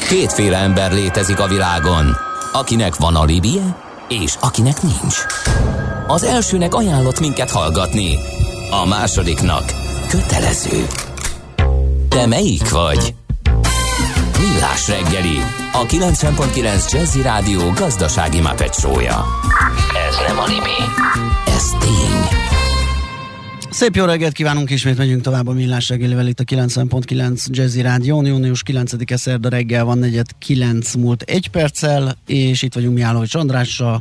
Kétféle ember létezik a világon, akinek van alibije, és akinek nincs. Az elsőnek ajánlott minket hallgatni, a másodiknak kötelező. Te melyik vagy? Millás reggeli, a 90.9 Jazzy Rádió gazdasági Muppet show-ja. Ez nem anime, ez tény. Szép jó reggelt kívánunk, ismét megyünk tovább a Millás reggelivel itt a 90.9 Jazzy Rádión. Június 9-e szerda reggel van, 8:09 múlt 1 perccel, és itt vagyunk Mihálovics Andrással,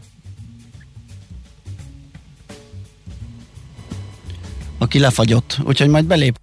aki lefagyott, úgyhogy majd belép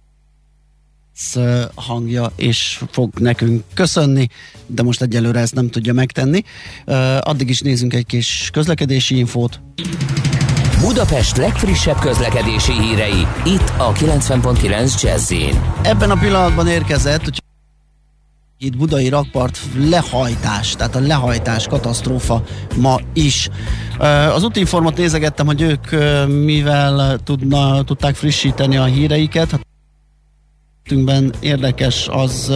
hangja és fog nekünk köszönni, de most egyelőre ezt nem tudja megtenni. Addig is nézzünk egy kis közlekedési infót. Budapest legfrissebb közlekedési hírei, itt a 90.9 Jazzyn. Ebben a pillanatban érkezett, hogy itt Budai rakpart lehajtás, tehát a lehajtás katasztrófa ma is. Az útinformot nézegettem, hogy ők mivel tudták frissíteni a híreiket. Hát érdekes,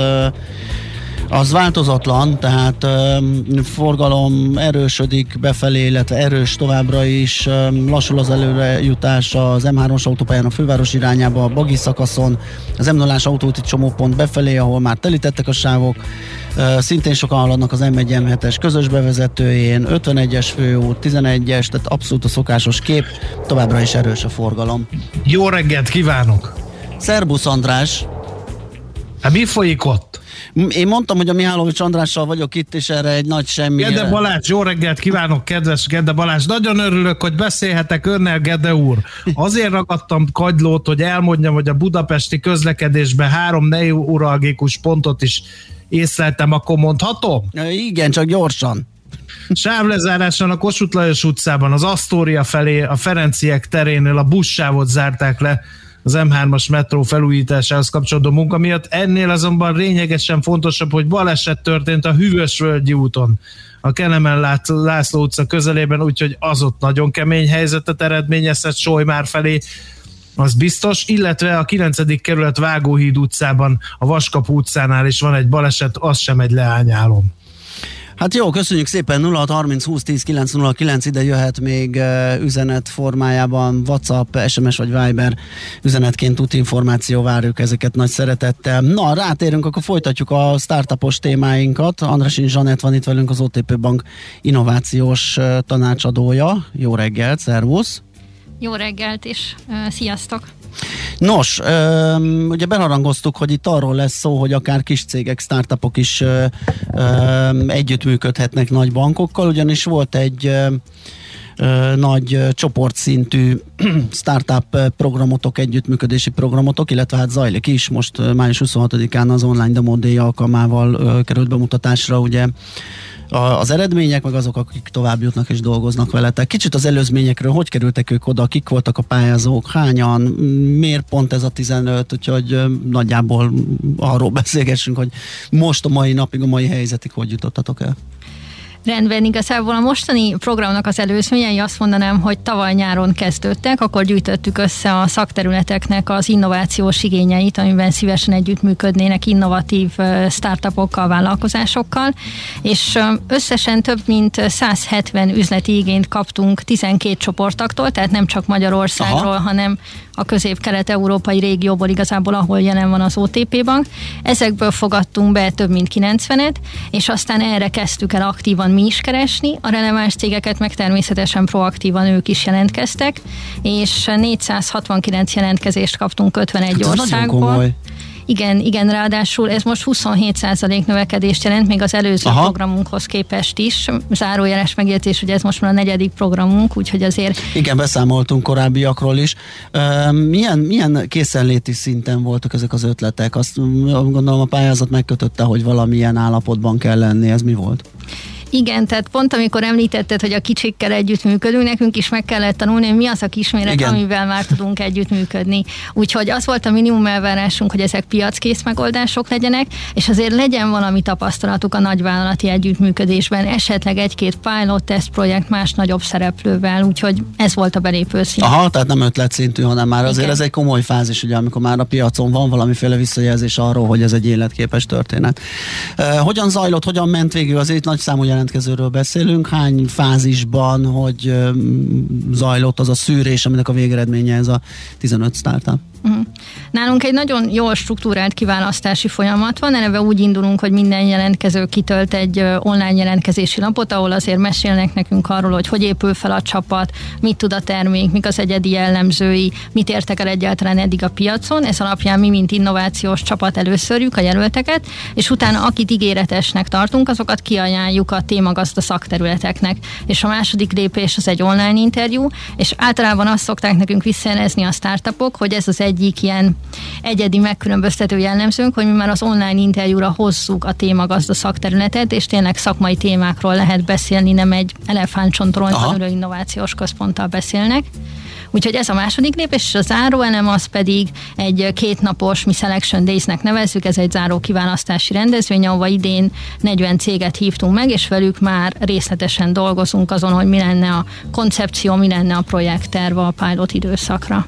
az változatlan, tehát forgalom erősödik befelé, illetve erős továbbra is, lassul az előrejutás az M3-as autópályán a főváros irányába, a Bagi szakaszon, az M0-ás autóúti csomópont befelé, ahol már telítettek a sávok, szintén sokan haladnak az M1 M7-es közös bevezetőjén, 51-es főút, 11-es, tehát abszolút a szokásos kép, továbbra is erős a forgalom. Jó reggelt kívánok! Szerbusz András! Hát mi folyik ott? Én mondtam, hogy a Mihálovics Andrással vagyok itt, és erre egy nagy semmi. Gede Balázs, jó reggelt kívánok, kedves Gede Balázs. Nagyon örülök, hogy beszélhetek önnel, Gede úr. Azért ragadtam kagylót, hogy elmondjam, hogy a budapesti közlekedésben 3 neuralgikus pontot is észleltem, akkor mondhatom? Igen, csak gyorsan. Sávlezáráson a Kossuth Lajos utcában, az Asztória felé, a Ferenciek terénél a buszsávot zárták le az M3-as metró felújításához kapcsolódó munka miatt. Ennél azonban lényegesen fontosabb, hogy baleset történt a Hűvösvölgyi úton, a Kenemen László utca közelében, úgyhogy az ott nagyon kemény helyzetet eredményezhet Solymár felé, az biztos, illetve a 9. kerület Vágóhíd utcában, a Vaskapu utcánál is van egy baleset, az sem egy leányálom. Hát jó, köszönjük szépen, 0630 20 10 909, ide jöhet még üzenet formájában, WhatsApp, SMS vagy Viber üzenetként útinformáció, várjuk ezeket nagy szeretettel. Na, rátérünk, akkor folytatjuk a startupos témáinkat. Andrásin Zsanett van itt velünk, az OTP Bank innovációs tanácsadója. Jó reggelt, szervusz! Jó reggelt, és sziasztok! Nos, ugye beharangoztuk, hogy itt arról lesz szó, hogy akár kis cégek, startupok is együttműködhetnek nagy bankokkal, ugyanis volt egy nagy csoportszintű startup programotok, együttműködési programotok, illetve hát zajlik is, most május 26-án az online Demo Day alkalmával került bemutatásra, ugye az eredmények, meg azok, akik tovább jutnak és dolgoznak veletek. Kicsit az előzményekről, hogy kerültek ők oda, kik voltak a pályázók, hányan, miért pont ez a 15, úgyhogy nagyjából arról beszélgessünk, hogy most a mai napig, a mai helyzetig hogy jutottatok el. Rendben, igazából a mostani programnak az előzményei azt mondanám, hogy tavaly nyáron kezdődtek, akkor gyűjtöttük össze a szakterületeknek az innovációs igényeit, amiben szívesen együttműködnének innovatív startupokkal, vállalkozásokkal, és összesen több mint 170 üzleti igényt kaptunk 12 csoporttaktól, tehát nem csak Magyarországról, hanem a közép-kelet-európai régióból igazából, ahol jelen van az OTP Bank. Ezekből fogadtunk be több mint 90-et, és aztán erre kezdtük el aktívan mi is keresni, a releváns cégeket meg természetesen proaktívan ők is jelentkeztek, és 469 jelentkezést kaptunk 51 országból. Igen, ráadásul ez most 27% növekedést jelent, még az előző programunkhoz képest is. Zárójeles megjegyzés, hogy ez most már a 4. programunk, úgyhogy azért... Igen, beszámoltunk korábbiakról is. Milyen készenléti szinten voltak ezek az ötletek? Azt gondolom a pályázat megkötötte, hogy valamilyen állapotban kell lenni. Ez mi volt? Igen, tehát pont amikor említetted, hogy a kicsikkel együttműködünk, nekünk is meg kellett tanulni, hogy mi az a kisméret, igen, amivel már tudunk együttműködni. Úgyhogy az volt a minimum elvárásunk, hogy ezek piackész megoldások legyenek, és azért legyen valami tapasztalatuk a nagyvállalati együttműködésben, esetleg egy-két pilot test projekt más nagyobb szereplővel, úgyhogy ez volt a belépő szint. Aha, tehát nem ötletszintű, hanem már azért igen, ez egy komoly fázis, ugye, amikor már a piacon van valamiféle visszajelzés arról, hogy ez egy életképes történet. Hogyan zajlott, hogyan ment végül? Azért nagy számú jelentkezőről beszélünk. Hány fázisban, hogy zajlott az a szűrés, aminek a végeredménye ez a 15 startup? Nálunk egy nagyon jól struktúrált kiválasztási folyamat van, eleve úgy indulunk, hogy minden jelentkező kitölt egy online jelentkezési lapot, ahol azért mesélnek nekünk arról, hogy épül fel a csapat, mit tud a termék, mik az egyedi jellemzői, mit értek el egyáltalán eddig a piacon. Ez alapján mi, mint innovációs csapat előszörjük a jelölteket, és utána akit ígéretesnek tartunk, azokat kiajánljuk a témagazda szakterületeknek. És a második lépés az egy online interjú, és általában azt szokták nekünk visszajelezni a startupok, hogy ez az egyik ilyen egyedi megkülönböztető jellemzőnk, hogy mi már az online interjúra hozzuk a témagazda szakterületet, és tényleg szakmai témákról lehet beszélni, nem egy elefántcsontoronyban ülő innovációs központtal beszélnek. Úgyhogy ez a második lépés, és a záróelem az pedig egy 2 napos, mi Selection Days-nek nevezzük, ez egy záró kiválasztási rendezvény, ahova idén 40 céget hívtunk meg, és velük már részletesen dolgozunk azon, hogy mi lenne a koncepció, mi lenne a projektterv a pilot időszakra.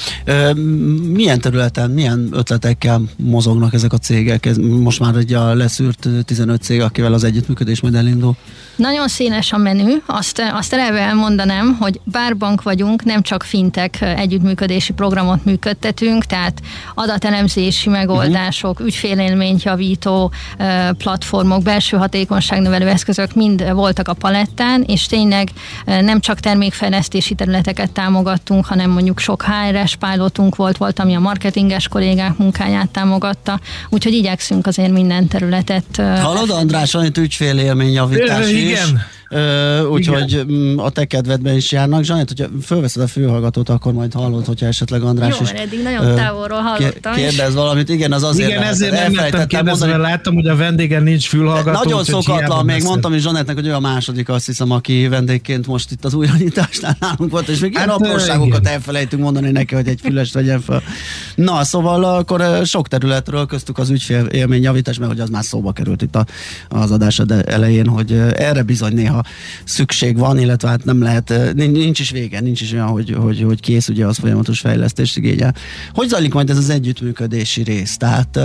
Milyen területen, milyen ötletekkel mozognak ezek a cégek? Ez most már egy a leszűrt 15 cég, akivel az együttműködés majd elindul? Nagyon széles a menü, azt eleve elmondanám, hogy bár bank vagyunk, nem csak fintech együttműködési programot működtetünk, tehát adatelemzési megoldások, ügyfélélményt javító platformok, belső hatékonyságnövelő eszközök mind voltak a palettán, és tényleg nem csak termékfejlesztési területeket támogattunk, hanem mondjuk sok HR-es pilotunk volt, ami a marketinges kollégák munkáját támogatta, úgyhogy igyekszünk azért minden területet. Hallod, András, van itt ügyfélélményjavítás is. Igen. Úgyhogy a te kedvedben is járnak. Zsanett, hogyha fölveszed a fülhallgatót, akkor majd hallod, hogyha esetleg András is... Jó, eddig nagyon távolról hallottam. Kérdez valamit, igen, az azért... Igen, ezért nem lettem kérdezni, mert láttam, hogy a vendégen nincs fülhallgató. Nagyon szokatlan, még mondtam is Zsanettnek, hogy ő a második, azt hiszem, aki vendégként most itt az újranyitásnál nálunk volt, és még ilyen apróságokat elfelejtünk mondani neki, hogy egy fülest vegyen fel. Na, szóval akkor sok területről, köztük az ügyfélélményjavítás, mert hogy az már szóba került itt az adás elején, hogy erre bizony néha szükség van, illetve hát nem lehet, nincs is vége, nincs is olyan, hogy kész, ugye az folyamatos fejlesztést igényel. Hogy zajlik majd ez az együttműködési rész? Tehát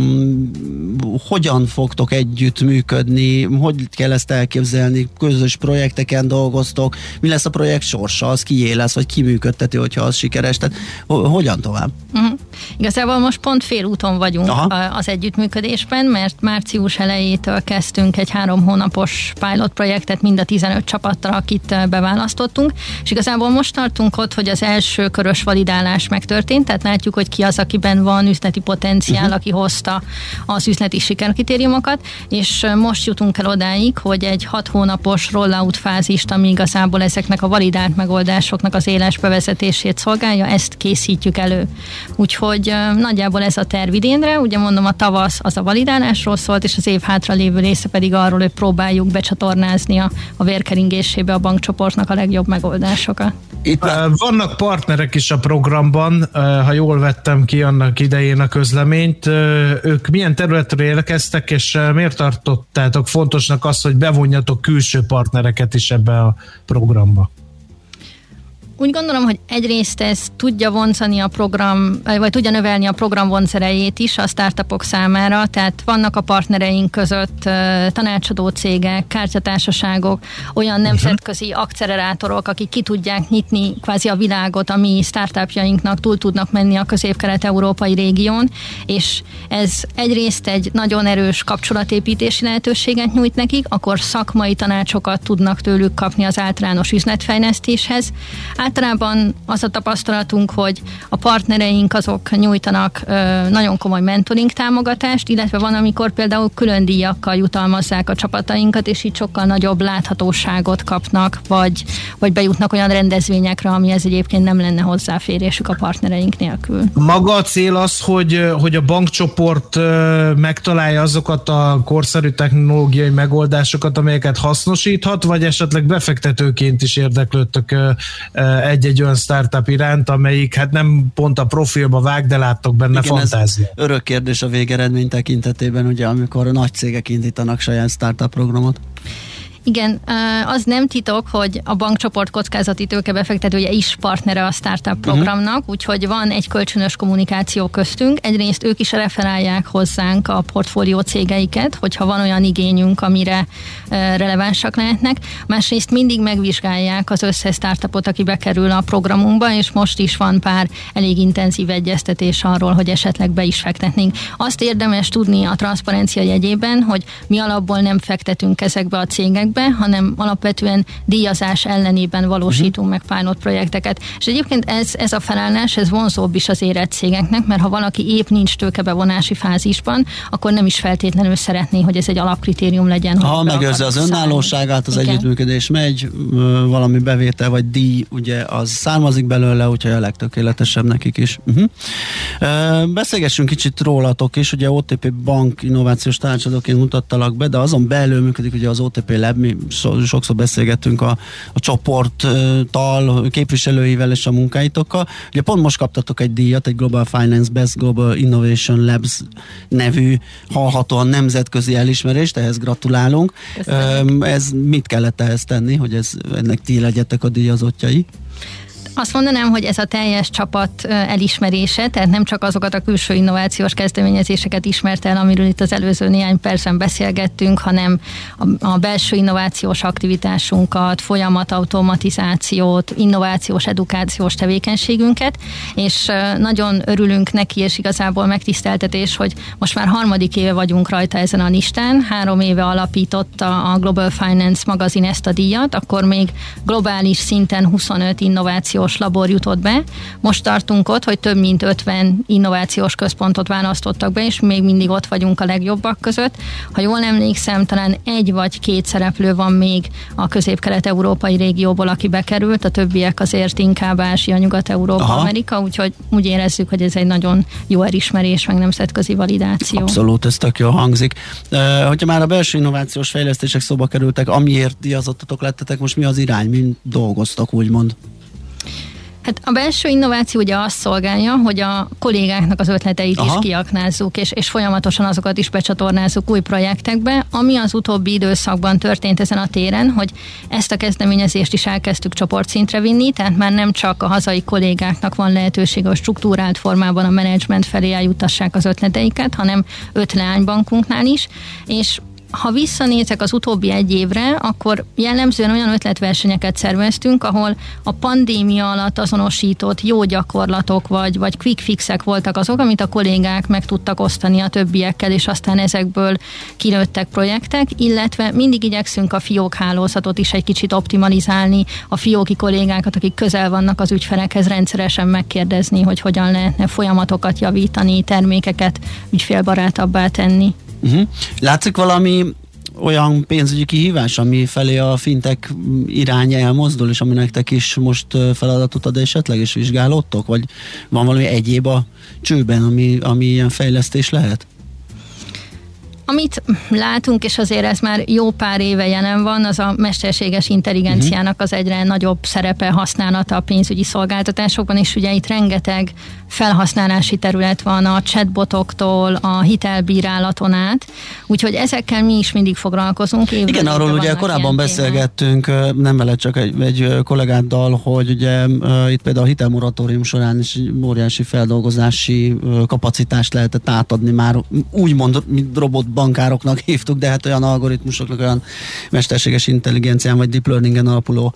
hogyan fogtok együttműködni, hogy kell ezt elképzelni, közös projekteken dolgoztok, mi lesz a projekt sorsa, az kié lesz, vagy ki működteti, hogyha az sikeres, tehát hogyan tovább? Igazából most pont félúton vagyunk az együttműködésben, mert március elejétől kezdtünk egy 3 hónapos pilot projektet mind a 15 csapattal, akit beválasztottunk, és igazából most tartunk ott, hogy az első körös validálás megtörtént, tehát látjuk, hogy ki az, akiben van üzleti potenciál, aki hozta az üzleti sikerkritériumokat, és most jutunk el odáig, hogy egy 6 hónapos rollout fázist, ami igazából ezeknek a validált megoldásoknak az éles bevezetését szolgálja, ezt készítjük elő. Úgyhogy nagyjából ez a terv idénre, ugye mondom, a tavasz az a validálásról szólt, és az év hátra lévő része pedig arról, hogy próbáljuk becsatornázni a vérkeringésébe a bankcsoportnak a legjobb megoldásokat. Vannak partnerek is a programban, ha jól vettem ki annak idején a közleményt. Ők milyen területről érkeztek, és miért tartottátok fontosnak azt, hogy bevonjatok külső partnereket is ebbe a programba? Úgy gondolom, hogy egyrészt ez tudja vonzani a program, vagy tudja növelni a program vonzerejét is a startupok számára, tehát vannak a partnereink között tanácsadó cégek, kártyatársaságok, olyan nemzetközi akcelerátorok, akik ki tudják nyitni kvázi a világot, a mi startupjainknak túl tudnak menni a közép-kelet-európai régión, és ez egyrészt egy nagyon erős kapcsolatépítési lehetőséget nyújt nekik, akkor szakmai tanácsokat tudnak tőlük kapni az általános üzletfejlesztéshez. Általában az a tapasztalatunk, hogy a partnereink azok nyújtanak nagyon komoly mentoring támogatást, illetve van, amikor például külön díjakkal jutalmazzák a csapatainkat, és így sokkal nagyobb láthatóságot kapnak, vagy bejutnak olyan rendezvényekre, amihez egyébként nem lenne hozzáférésük a partnereink nélkül. Maga a cél az, hogy a bankcsoport megtalálja azokat a korszerű technológiai megoldásokat, amelyeket hasznosíthat, vagy esetleg befektetőként is érdeklődtök egy-egy olyan startup iránt, amelyik hát nem pont a profilba vág, de láttok benne fantáziát. Örök kérdés a végeredmény tekintetében, ugye, amikor nagy cégek indítanak saját startup programot. Igen, az nem titok, hogy a bankcsoport kockázati tőkebefektetője is partnere a startup programnak, úgyhogy van egy kölcsönös kommunikáció köztünk. Egyrészt ők is referálják hozzánk a portfólió cégeiket, hogyha van olyan igényünk, amire relevánsak lehetnek. Másrészt mindig megvizsgálják az összes startupot, aki bekerül a programunkba, és most is van pár elég intenzív egyeztetés arról, hogy esetleg be is fektetnénk. Azt érdemes tudni a transzparencia jegyében, hogy mi alapból nem fektetünk ezekbe a cégekbe, hanem alapvetően díjazás ellenében valósítunk meg pilot projekteket. És egyébként ez a felállás, ez vonzóbb is az érett cégeknek, mert ha valaki épp nincs tőkebevonási fázisban, akkor nem is feltétlenül szeretné, hogy ez egy alapkritérium legyen. Ha megőrzi az önállóságát, az együttműködés megy, valami bevétel vagy díj, ugye az származik belőle, úgyhogy a legtökéletesebb nekik is. Beszélgessünk kicsit rólatok is, ugye OTP Bank innovációs tanácsadóként mutattalak be, de azon belül működik ugye az OTP Lab, mi sokszor beszélgettünk a csoporttal, képviselőivel és a munkáitokkal. Ugye pont most kaptatok egy díjat, egy Global Finance Best Global Innovation Labs nevű, hallhatóan nemzetközi elismerést, ehhez gratulálunk. Ez mit kellett ehhez tenni, hogy ennek ti legyetek a díjazottjai? Azt mondanám, hogy ez a teljes csapat elismerése, tehát nem csak azokat a külső innovációs kezdeményezéseket ismerte el, amiről itt az előző néhány percben beszélgettünk, hanem a belső innovációs aktivitásunkat, folyamatautomatizációt, innovációs, edukációs tevékenységünket, és nagyon örülünk neki, és igazából megtiszteltetés, hogy most már 3. éve vagyunk rajta ezen a listán, 3 éve alapította a Global Finance magazin ezt a díjat, akkor még globális szinten 25 innovációs labor jutott be. Most tartunk ott, hogy több mint 50 innovációs központot választottak be, és még mindig ott vagyunk a legjobbak között. Ha jól emlékszem, talán 1 vagy 2 szereplő van még a közép-kelet-európai régióból, aki bekerült, a többiek azért inkább Ázsia, Nyugat-Európa, Amerika, úgyhogy úgy érezzük, hogy ez egy nagyon jó elismerés, meg nemzetközi validáció. Abszolút, ez tök jól hangzik. Hogyha már a belső innovációs fejlesztések szóba kerültek, amiért díjazottatok lettetek, most mi az irány, mint dolgoztak, úgymond? Hát a belső innováció ugye azt szolgálja, hogy a kollégáknak az ötleteit is kiaknázzuk, és folyamatosan azokat is becsatornázzuk új projektekbe, ami az utóbbi időszakban történt ezen a téren, hogy ezt a kezdeményezést is elkezdtük csoportszintre vinni, tehát már nem csak a hazai kollégáknak van lehetőség a struktúrált formában a menedzsment felé eljutassák az ötleteiket, hanem 5 leánybankunknál is, és ha visszanézek az utóbbi 1 évre, akkor jellemzően olyan ötletversenyeket szerveztünk, ahol a pandémia alatt azonosított jó gyakorlatok vagy quick fixek voltak azok, amit a kollégák meg tudtak osztani a többiekkel, és aztán ezekből kinőttek projektek, illetve mindig igyekszünk a fiók hálózatot is egy kicsit optimalizálni, a fióki kollégákat, akik közel vannak az ügyfelekhez, rendszeresen megkérdezni, hogy hogyan lehetne folyamatokat javítani, termékeket ügyfélbarátabbá tenni. Látszik valami olyan pénzügyi kihívás, ami felé a fintech iránya elmozdul, és ami nektek is most feladatot ad esetleg, és vizsgálódtok? Vagy van valami egyéb a csőben, ami ilyen fejlesztés lehet? Amit látunk, és azért ez már jó pár éve jelen van, az a mesterséges intelligenciának az egyre nagyobb szerepe, használata a pénzügyi szolgáltatásokban, és ugye itt rengeteg felhasználási terület van a chatbotoktól, a hitelbírálaton át, úgyhogy ezekkel mi is mindig foglalkozunk. Igen, arról ugye korábban beszélgettünk, nem vele csak egy kollégáddal, hogy ugye itt például a hitelmoratórium során is óriási feldolgozási kapacitást lehetett átadni már úgymond, mint robot bankároknak hívtuk, de hát olyan algoritmusoknak, olyan mesterséges intelligencián vagy deep learningen alapuló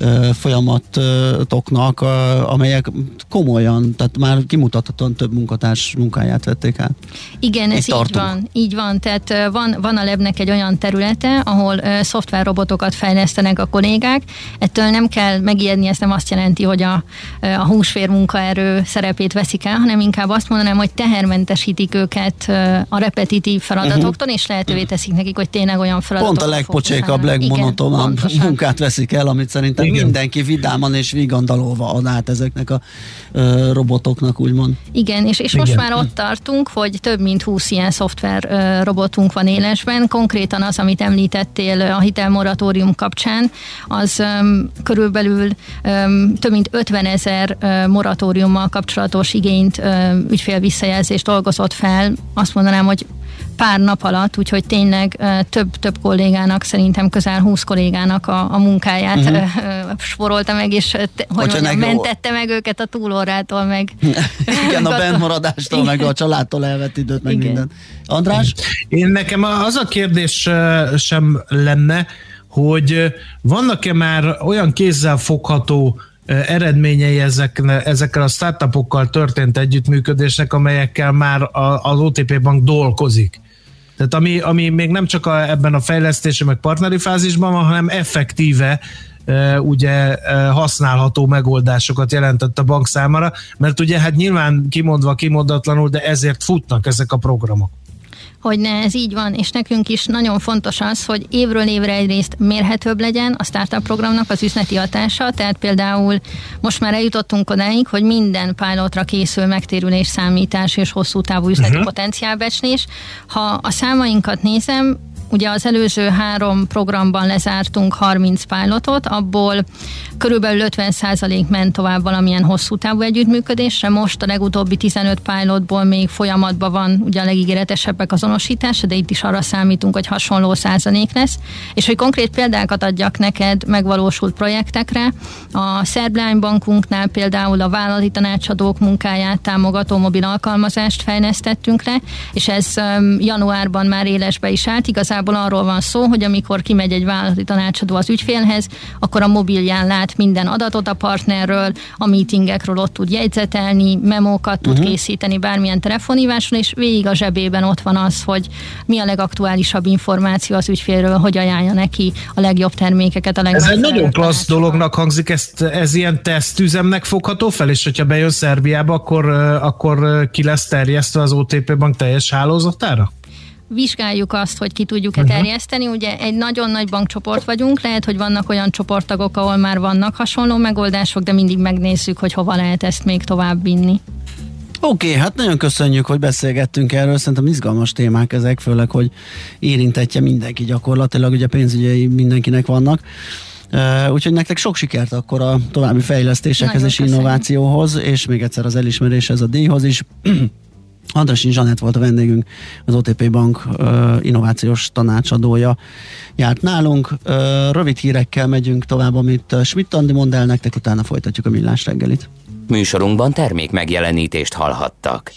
folyamatoknak, amelyek komolyan, tehát már kimutathatóan több munkatárs munkáját vették át. Igen, ez így van. Tehát van a Labnek egy olyan területe, ahol szoftverrobotokat fejlesztenek a kollégák. Ettől nem kell megijedni, ez nem azt jelenti, hogy a húsvér munkaerő szerepét veszik el, hanem inkább azt mondanám, hogy tehermentesítik őket a repetitív feladatoktól, és lehetővé teszik nekik, hogy tényleg olyan feladatokat pont a legpocsékabb, legmonotonabb munkát veszik el, amit szerintem mindenki vidáman és vigandalolva ad át ezeknek a robotoknak, úgymond. Igen, és most már ott tartunk, hogy több mint 20 ilyen szoftver robotunk van élesben. Konkrétan az, amit említettél a hitelmoratórium kapcsán, az körülbelül több mint 50 000 moratóriummal kapcsolatos igényt, ügyfélvisszajelzést dolgozott fel. Azt mondanám, hogy pár nap alatt, úgyhogy tényleg több kollégának, szerintem közel 20 kollégának a munkáját sporolta meg, és mentette meg őket a túlórától, meg igen, a bentmaradástól, meg a családtól elvett időt, meg minden. András? Nekem az a kérdés sem lenne, hogy vannak-e már olyan kézzel fogható eredményei ezekkel a startupokkal történt együttműködésnek, amelyekkel már az OTP Bank dolgozik. Tehát ami még nem csak ebben a fejlesztési meg partneri fázisban van, hanem effektíve ugye használható megoldásokat jelentett a bank számára, mert ugye hát nyilván kimondva kimondatlanul, de ezért futnak ezek a programok. Hogyne, ez így van, és nekünk is nagyon fontos az, hogy évről évre egyrészt mérhetőbb legyen a startup programnak az üzleti hatása, tehát például most már eljutottunk odáig, hogy minden pilotra készül megtérülés számítás és hosszú távú üzleti potenciálbecslés. Ha a számainkat nézem, ugye az előző 3 programban lezártunk 30 pilotot, abból körülbelül 50% ment tovább valamilyen hosszú távú együttműködésre. Most a legutóbbi 15 pilotból még folyamatban van ugye a legígéretesebbek azonosítása, de itt is arra számítunk, hogy hasonló százalék lesz. És hogy konkrét példákat adjak neked megvalósult projektekre, a Szerb bankunknál például a vállalati tanácsadók munkáját támogató mobil alkalmazást fejlesztettünk le, és ez januárban már élesbe is állt. Igazából arról van szó, hogy amikor kimegy egy vállalati tanácsadó az ügyfélhez, akkor a mobilján lát minden adatot a partnerről, a meetingekről ott tud jegyzetelni, memókat tud készíteni bármilyen telefonhíváson, és végig a zsebében ott van az, hogy mi a legaktuálisabb információ az ügyfélről, hogy ajánlja neki a legjobb termékeket, a legjobb. Ez egy nagyon klassz dolognak hangzik, ez ilyen tesztüzemnek fogható fel, és hogyha bejön Szerbiába, akkor ki lesz terjesztve az OTP Bank teljes hálózatára? Vizsgáljuk azt, hogy ki tudjuk-e terjeszteni. Ugye egy nagyon nagy bankcsoport vagyunk, lehet, hogy vannak olyan csoporttagok, ahol már vannak hasonló megoldások, de mindig megnézzük, hogy hova lehet ezt még tovább vinni. Oké, hát nagyon köszönjük, hogy beszélgettünk erről, szerintem izgalmas témák ezek, főleg, hogy érintetje mindenki gyakorlatilag, ugye pénzügyei mindenkinek vannak. Úgyhogy nektek sok sikert akkor a további fejlesztésekhez és innovációhoz, és még egyszer az elismeréshez, a díjhoz is. Andrassy Zsanett volt a vendégünk, az OTP Bank innovációs tanácsadója járt nálunk. Rövid hírekkel megyünk tovább, amit Schmidt Andi mond el nektek, utána folytatjuk a Millás reggelit. Műsorunkban termék megjelenítést hallhattak.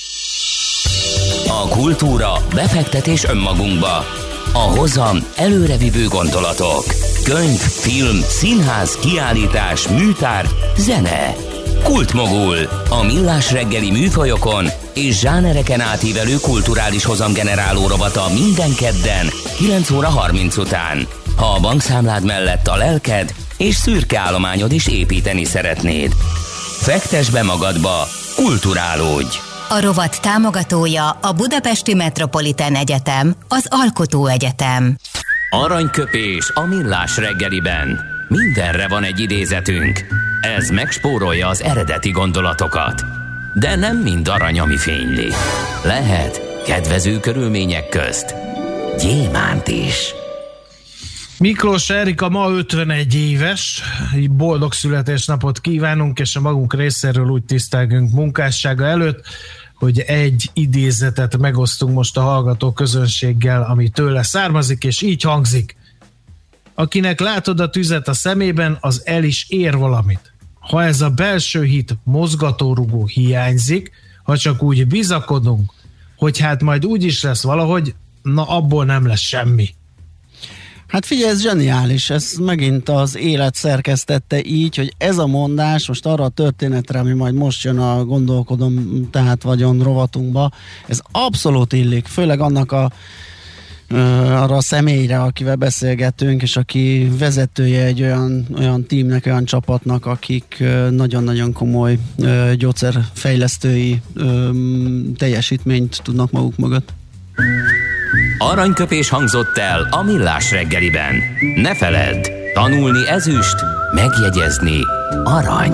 A kultúra, befektetés önmagunkba. A hozam előrevívő gondolatok. Könyv, film, színház, kiállítás, műtár, zene. Kultmogul. A Millás reggeli műfajokon és zsánereken átívelő kulturális hozamgeneráló rovata minden kedden 9 óra 30 után. Ha a bankszámlád mellett a lelked és szürke állományod is építeni szeretnéd. Fektess be magadba, kulturálódj! A rovat támogatója a Budapesti Metropolitán Egyetem, az Alkotó Egyetem. Aranyköpés a Millás reggeliben. Mindenre van egy idézetünk. Ez megspórolja az eredeti gondolatokat. De nem mind arany, ami fényli. Lehet kedvező körülmények közt gyémánt is. Miklós Erika ma 51 éves, boldog születésnapot kívánunk, és a magunk részéről úgy tisztelgünk munkássága előtt, hogy egy idézetet megosztunk most a hallgató közönséggel, ami tőle származik, és így hangzik. Akinek látod a tüzet a szemében, az el is ér valamit. Ha ez a belső hit mozgatórugó hiányzik, ha csak úgy bizakodunk, hogy hát majd úgy is lesz valahogy, na abból nem lesz semmi. Hát figyelj, ez zseniális, ez megint az élet szerkesztette így, hogy ez a mondás most arra a történetre, ami majd most jön a gondolkodom, tehát vagyon rovatunkba, ez abszolút illik, főleg annak arra a személyre, akivel beszélgetünk, és aki vezetője egy olyan tímnek, olyan csapatnak, akik nagyon-nagyon komoly gyógyszerfejlesztői teljesítményt tudnak maguk mögött. Aranyköpés hangzott el a Millás reggeliben. Ne feledd, tanulni ezüst, megjegyezni arany.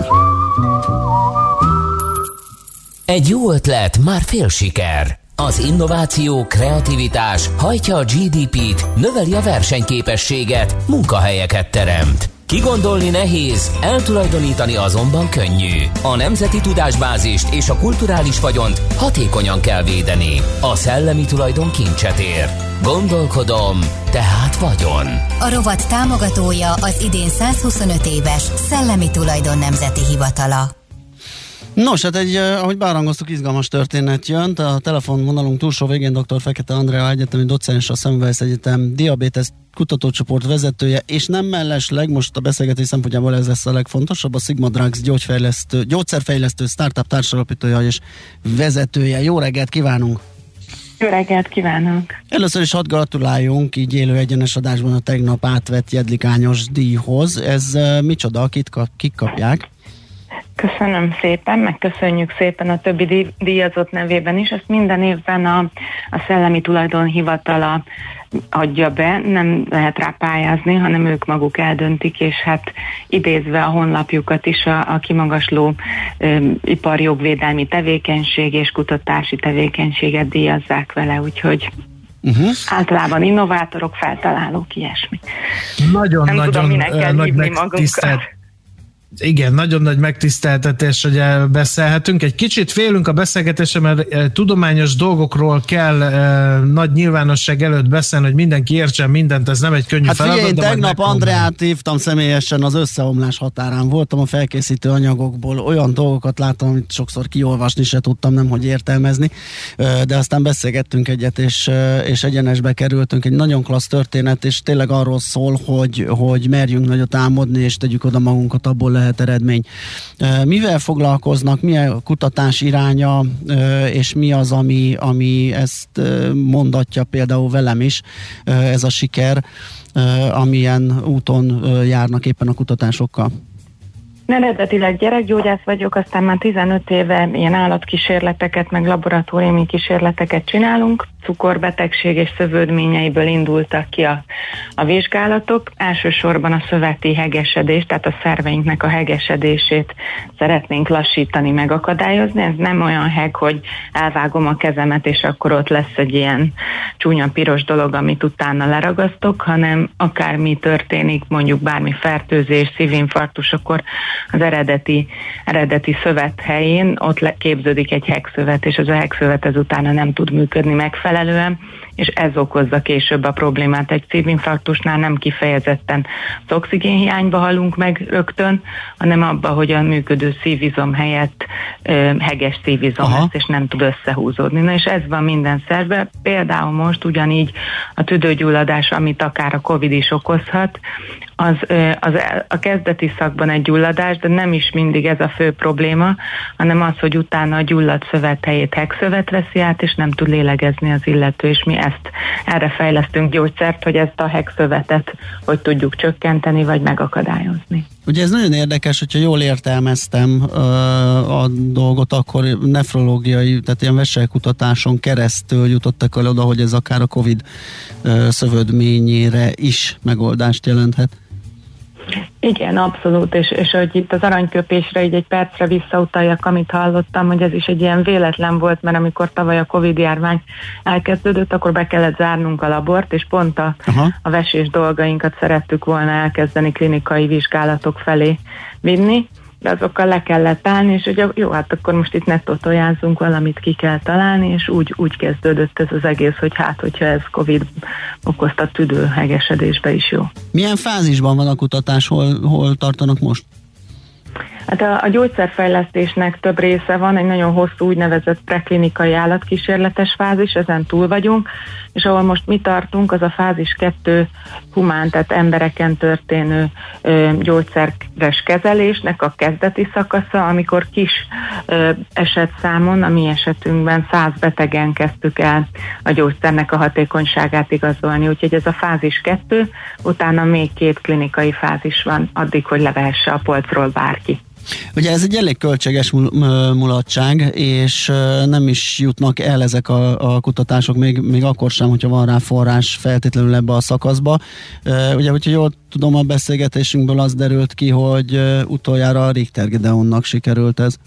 Egy jó ötlet már fél siker. Az innováció, kreativitás hajtja a GDP-t, növeli a versenyképességet, munkahelyeket teremt. Kigondolni nehéz, eltulajdonítani azonban könnyű. A nemzeti tudásbázist és a kulturális vagyont hatékonyan kell védeni. A szellemi tulajdon kincset ér. Gondolkodom, tehát vagyon. A rovat támogatója az idén 125 éves Szellemi Tulajdon Nemzeti Hivatala. Nos, hát ahogy bearangoztuk, izgalmas történet jön. A telefonvonalunk túlsó végén dr. Fekete Andrea egyetemi docens, a Semmelweis Egyetem diabétesz kutatócsoport vezetője, és nem mellesleg, most a beszélgetés szempontjából ez lesz a legfontosabb, a Sigma Drugs gyógyszerfejlesztő startup társalapítója és vezetője. Jó reggelt kívánunk! Jó reggelt kívánok! Először is hadd gratuláljunk így élő egyenes adásban a tegnap átvett Jedlikányos díjhoz. Ez micsoda? Kik kapják? Köszönöm szépen, megköszönjük szépen a többi díjazott nevében is. Ezt minden évben a Szellemi Tulajdon Hivatala adja be, nem lehet rá pályázni, hanem ők maguk eldöntik, és hát idézve a honlapjukat is a kimagasló iparjogvédelmi tevékenység és kutatási tevékenységet díjazzák vele, úgyhogy általában innovátorok, feltalálók, ilyesmi. Nem tudom, minek kell hívni magunkat. Igen, nagyon nagy megtiszteltetés, hogy beszélhetünk. Egy kicsit félünk a beszélgetésre, mert tudományos dolgokról kell nagy nyilvánosság előtt beszélni, hogy mindenki értsen mindent, ez nem egy könnyű feladat. Hát figyelj, tegnap Andreát hívtam személyesen, az összeomlás határán voltam, a felkészítő anyagokból olyan dolgokat láttam, amit sokszor kiolvasni se tudtam, nemhogy értelmezni, de aztán beszélgettünk egyet, és egyenesbe kerültünk. Egy nagyon klassz történet, és tényleg arról szól, hogy merjünk nagyot álmodni, és tegyük oda magunkat, abból lehet eredmény. Mivel foglalkoznak, mi a kutatás iránya, és mi az, ami ezt mondatja például velem is, ez a siker, amilyen úton járnak éppen a kutatásokkal? Eredetileg gyerekgyógyász vagyok, aztán már 15 éve ilyen állatkísérleteket, meg laboratóriumi kísérleteket csinálunk. Cukorbetegség és szövődményeiből indultak ki a vizsgálatok. Elsősorban a szöveti hegesedést, tehát a szerveinknek a hegesedését szeretnénk lassítani, megakadályozni. Ez nem olyan heg, hogy elvágom a kezemet, és akkor ott lesz egy ilyen csúnya piros dolog, amit utána leragasztok, hanem akármi történik, mondjuk bármi fertőzés, szívinfarktus, akkor az eredeti szövet helyén ott képződik egy hegszövet, és az a hegszövet utána nem tud működni megfelelően, és ez okozza később a problémát. Egy szívinfarktusnál nem kifejezetten az oxigénhiányba halunk meg rögtön, hanem abba, hogy a működő szívizom helyett heges szívizom lesz, és nem tud összehúzódni. Na és ez van minden szervben. Például most ugyanígy a tüdőgyulladás, amit akár a Covid is okozhat, az a kezdeti szakban egy gyulladás, de nem is mindig ez a fő probléma, hanem az, hogy utána a gyulladt szövet helyét hegszövet veszi át, és nem tud lélegezni az illető, és mi erre fejlesztünk gyógyszert, hogy ezt a hegszövetet hogy tudjuk csökkenteni, vagy megakadályozni. Ugye ez nagyon érdekes, hogyha jól értelmeztem a dolgot, akkor nefrológiai, tehát ilyen veselkutatáson keresztül jutottak el oda, hogy ez akár a Covid szövődményére is megoldást jelenthet. Igen, abszolút, és hogy itt az aranyköpésre így egy percre visszautaljak, amit hallottam, hogy ez is egy ilyen véletlen volt, mert amikor tavaly a Covid-járvány elkezdődött, akkor be kellett zárnunk a labort, és pont a vesés dolgainkat szerettük volna elkezdeni klinikai vizsgálatok felé vinni, de azokkal le kellett állni, és hogy jó, hát akkor most itt ne totojázzunk, valamit ki kell találni, és úgy kezdődött ez az egész, hogy hogyha ez Covid okozta tüdőhegesedésbe is jó. Milyen fázisban van a kutatás, hol tartanak most? Hát a gyógyszerfejlesztésnek több része van, egy nagyon hosszú úgynevezett preklinikai állatkísérletes fázis, ezen túl vagyunk, és ahol most mi tartunk, az a fázis 2 humán, tehát embereken történő gyógyszeres kezelésnek a kezdeti szakasza, amikor kis esetszámon, a mi esetünkben 100 betegen kezdtük el a gyógyszernek a hatékonyságát igazolni, úgyhogy ez a fázis 2, utána még 2 klinikai fázis van, addig, hogy levehesse a polcról bárki. Ugye ez egy elég költséges mulatság, és nem is jutnak el ezek a kutatások, még akkor sem, hogyha van rá forrás feltétlenül ebbe a szakaszba. Ugye, hogyha jól tudom, a beszélgetésünkből az derült ki, hogy utoljára a Richter Gedeonnak sikerült ez.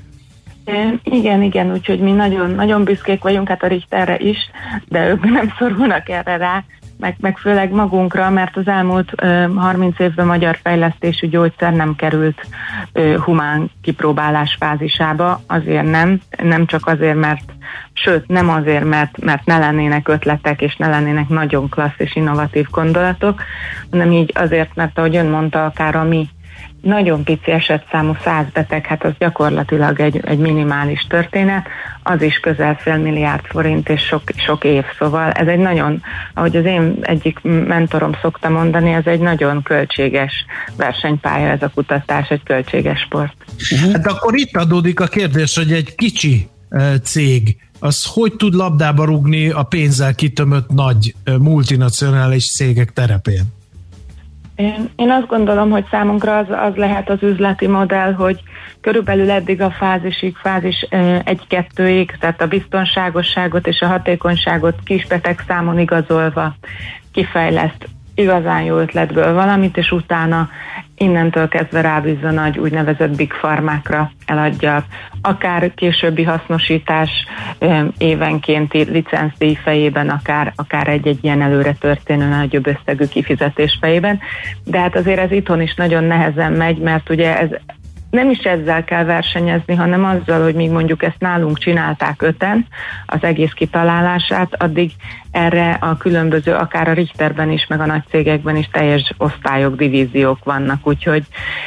Igen, úgyhogy mi nagyon, nagyon büszkék vagyunk, hát a Richterre is, de ők nem szorulnak erre rá, meg főleg magunkra, mert az elmúlt 30 évben magyar fejlesztésű gyógyszer nem került humán kipróbálás fázisába, azért nem csak azért, sőt nem azért, mert ne lennének ötletek, és ne lennének nagyon klassz és innovatív gondolatok, hanem így azért, mert ahogy ön mondta, akár a mi nagyon pici esetszámú 100 beteg, hát az gyakorlatilag egy minimális történet, az is közel $500 milliárd és sok év, szóval ez egy nagyon, ahogy az én egyik mentorom szokta mondani, ez egy nagyon költséges versenypálya, ez a kutatás, egy költséges sport. Hát akkor itt adódik a kérdés, hogy egy kicsi cég, az hogy tud labdába rúgni a pénzzel kitömött nagy multinacionális cégek terepén? Én azt gondolom, hogy számunkra az lehet az üzleti modell, hogy körülbelül eddig a fázis 1-2-ig, tehát a biztonságosságot és a hatékonyságot kisbeteg számon igazolva kifejleszt igazán jó ötletből valamit, és utána innentől kezdve rábízza nagy úgynevezett big farmákra, eladja akár későbbi hasznosítás évenkénti licencdíj fejében, akár egy ilyen előre történő nagyobb összegű kifizetés fejében. De hát azért ez itthon is nagyon nehezen megy, mert ugye ez nem is ezzel kell versenyezni, hanem azzal, hogy míg mondjuk ezt nálunk csinálták 5-en, az egész kitalálását, addig erre a különböző, akár a Richterben is, meg a nagy cégekben is teljes osztályok, divíziók vannak, úgyhogy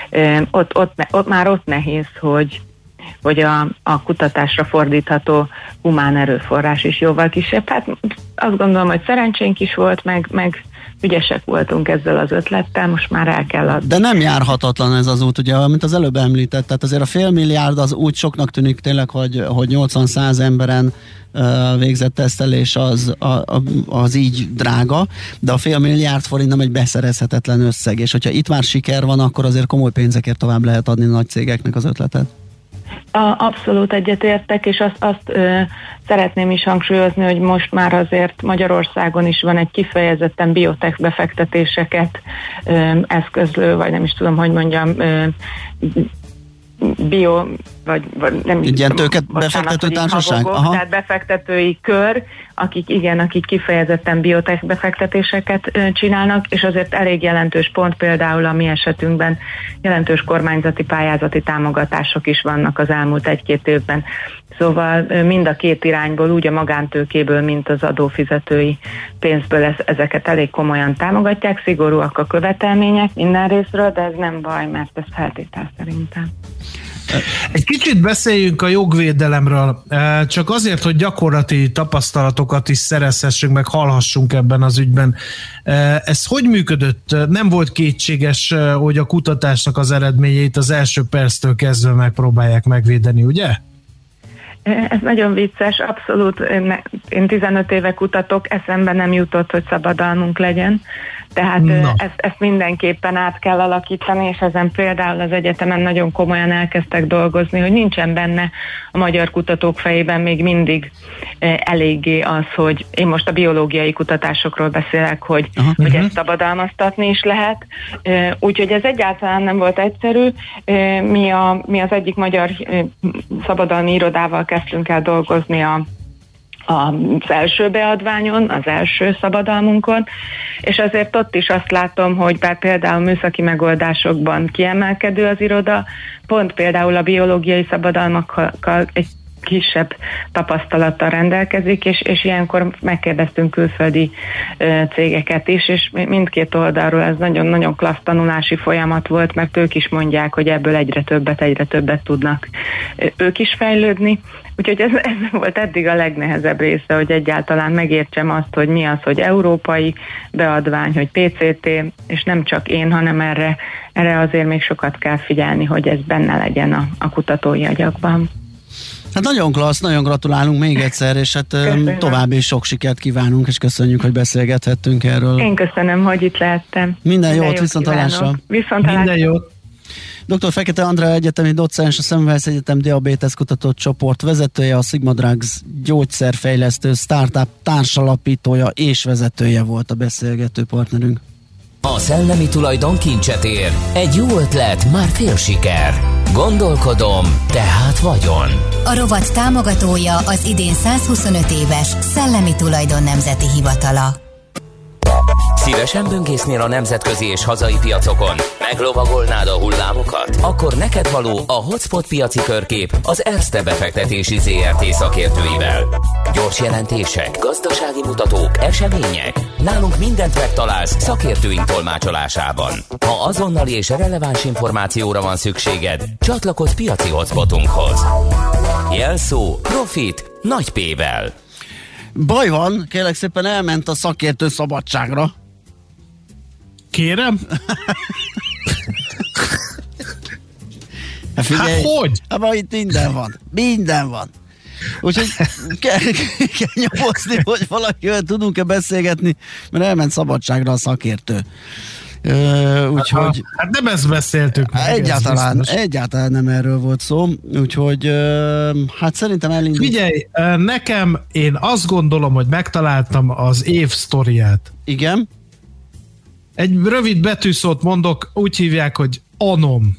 ott nehéz, hogy a kutatásra fordítható humán erőforrás is jóval kisebb. Hát azt gondolom, hogy szerencsénk is volt, meg ügyesek voltunk ezzel az ötlettel, most már el kell adni. De nem járhatatlan ez az út, ugye, mint az előbb említett, tehát azért a $500 milliárd az úgy soknak tűnik tényleg, hogy 80-100 emberen végzett tesztelés az így drága, de a $500 milliárd nem egy beszerezhetetlen összeg, és hogyha itt már siker van, akkor azért komoly pénzekért tovább lehet adni nagy cégeknek az ötletet. Abszolút egyetértek, és azt szeretném is hangsúlyozni, hogy most már azért Magyarországon is van egy kifejezetten biotech befektetéseket eszközlő, vagy nem is tudom, hogy mondjam, vagy nem is ilyen tőket befektető társaság? Tehát befektetői kör, akik kifejezetten biotech befektetéseket csinálnak, és azért elég jelentős pont, például a mi esetünkben jelentős kormányzati pályázati támogatások is vannak az elmúlt 1-2 évben. Szóval mind a két irányból, úgy a magántőkéből, mint az adófizetői pénzből ezeket elég komolyan támogatják, szigorúak a követelmények minden részről, de ez nem baj, mert ez feltétel szerintem. Egy kicsit beszéljünk a jogvédelemről, csak azért, hogy gyakorlati tapasztalatokat is szerezhessünk, meg hallhassunk ebben az ügyben. Ez hogy működött? Nem volt kétséges, hogy a kutatásnak az eredményeit az első perctől kezdve megpróbálják megvédeni, ugye? Ez nagyon vicces, abszolút. Én 15 éve kutatok, eszembe nem jutott, hogy szabadalmunk legyen. Tehát ezt mindenképpen át kell alakítani, és ezen például az egyetemen nagyon komolyan elkezdtek dolgozni, hogy nincsen benne a magyar kutatók fejében még mindig eléggé az, hogy én most a biológiai kutatásokról beszélek, hogy ezt szabadalmaztatni is lehet. Úgyhogy ez egyáltalán nem volt egyszerű. Mi az egyik magyar szabadalmi irodával kezdtünk el dolgozni az első beadványon, az első szabadalmunkon, és azért ott is azt látom, hogy bár például műszaki megoldásokban kiemelkedő az iroda, pont például a biológiai szabadalmakkal egy kisebb tapasztalattal rendelkezik, és ilyenkor megkérdeztünk külföldi cégeket is, és mindkét oldalról ez nagyon-nagyon klassz tanulási folyamat volt, mert ők is mondják, hogy ebből egyre többet tudnak ők is fejlődni. Úgyhogy ez volt eddig a legnehezebb része, hogy egyáltalán megértsem azt, hogy mi az, hogy európai beadvány, hogy PCT, és nem csak én, hanem erre azért még sokat kell figyelni, hogy ez benne legyen a kutatói agyakban. Hát nagyon klassz, nagyon gratulálunk még egyszer, és hát további sok sikert kívánunk, és köszönjük, hogy beszélgethettünk erről. Én köszönöm, hogy itt lehettem. Minden jót, viszonthallásra. Minden jót. Dr. Fekete Andrea egyetemi docens, a Semmelweis Egyetem diabétesz kutató csoport vezetője, a Sigma Drugs gyógyszerfejlesztő startup társalapítója és vezetője volt a beszélgető partnerünk. A szellemi tulajdon kincset ér. Egy jó ötlet, már fél siker. Gondolkodom, tehát vagyon. A rovat támogatója az idén 125 éves Szellemi Tulajdon Nemzeti Hivatala. Szívesen böngésznél a nemzetközi és hazai piacokon? Meglovagolnád a hullámokat? Akkor neked való a Hotspot piaci körkép az Erste befektetési ZRT szakértőivel. Gyors jelentések, gazdasági mutatók, események. Nálunk mindent megtalálsz szakértőink tolmácsolásában. Ha azonnali és releváns információra van szükséged, csatlakozz piaci hotspotunkhoz. Jelszó Profit nagy P-vel. Baj van, kérlek szépen, elment a szakértő szabadságra. Kérem? Figyelj, hát hogy? Hát itt minden van. Úgyhogy kell nyomozni, hogy valakivel tudunk-e beszélgetni, mert elment szabadságra a szakértő. Úgyhogy... Hát nem ezt beszéltük meg. Egyáltalán nem erről volt szó, úgyhogy hát szerintem elindult. Figyelj, nekem, én azt gondolom, hogy megtaláltam az év sztoriát. Igen? Egy rövid betűszót mondok, úgy hívják, hogy Anom.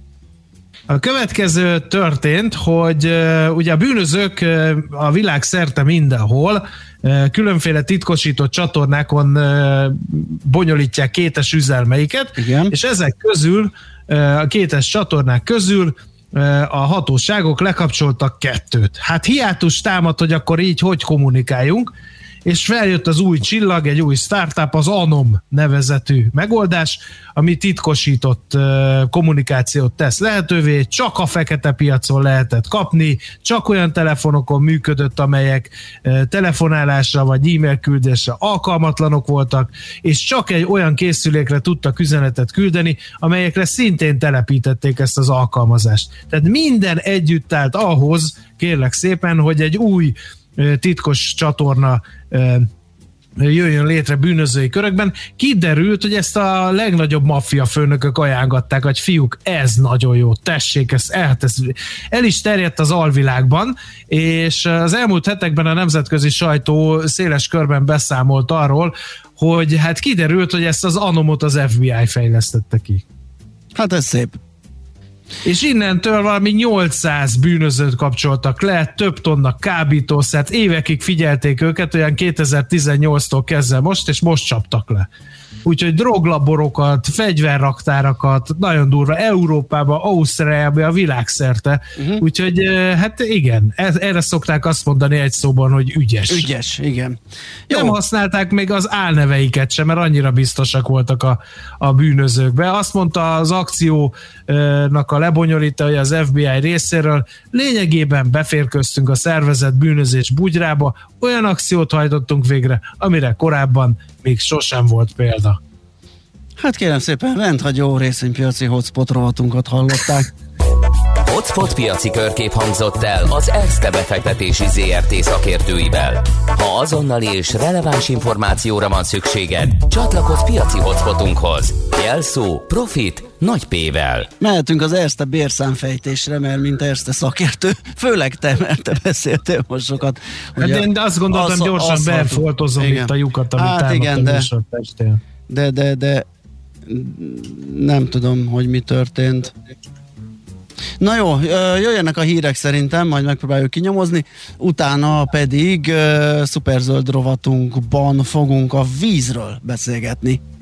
A következő történt, hogy ugye a bűnözők a világ szerte mindenhol különféle titkosított csatornákon bonyolítják kétes üzelmeiket, igen. És ezek közül, a kétes csatornák közül a hatóságok lekapcsoltak 2. Hát hiátus támad, hogy akkor így hogy kommunikáljunk, és feljött az új csillag, egy új startup, az Anom nevezetű megoldás, ami titkosított kommunikációt tesz lehetővé, csak a fekete piacon lehetett kapni, csak olyan telefonokon működött, amelyek telefonálásra vagy e-mail küldésre alkalmatlanok voltak, és csak egy olyan készülékre tudtak üzenetet küldeni, amelyekre szintén telepítették ezt az alkalmazást. Tehát minden együtt állt ahhoz, kérlek szépen, hogy egy új titkos csatorna jöjjön létre bűnözői körökben. Kiderült, hogy ezt a legnagyobb maffia főnökök ajánlották, hogy fiúk, ez nagyon jó, tessék, ez el is terjedt az alvilágban, és az elmúlt hetekben a nemzetközi sajtó széles körben beszámolt arról, hogy hát kiderült, hogy ezt az Anomot az FBI fejlesztette ki. Hát ez szép. És innentől valami 800 bűnözőt kapcsoltak le, több tonna kábítószert, évekig figyelték őket, olyan 2018-tól kezdve most, és most csaptak le. Úgyhogy droglaborokat, fegyverraktárakat, nagyon durva, Európában, Ausztráliában, a világszerte. Úgyhogy hát igen, erre szokták azt mondani egy szóban, hogy ügyes. Ügyes, igen. Jó. Nem használták még az álneveiket sem, mert annyira biztosak voltak a bűnözőkbe. Azt mondta az akciónak a lebonyolítója az FBI részéről, lényegében beférköztünk a szervezett bűnözés bugyrába, olyan akciót hajtottunk végre, amire korábban még sosem volt példa. Hát kérem szépen, rendhagyó részvénypiaci hotspot rovatunkat hallották. Hotspot piaci körkép hangzott el az Erste befektetési ZRT szakértőivel. Ha azonnali és releváns információra van szükséged, csatlakozz piaci hotspotunkhoz. Jelszó Profit nagy P-vel. Mehetünk az Erste bérszámfejtésre, mert mint Erste szakértő, főleg te, mert te beszéltél most sokat. Hát én azt gondoltam, gyorsan befoltozom itt a lyukat, amit hát igen, de nem tudom, hogy mi történt. Na jó, jöjjenek a hírek szerintem, majd megpróbáljuk kinyomozni, utána pedig szuperzöld rovatunkban fogunk a vízről beszélgetni.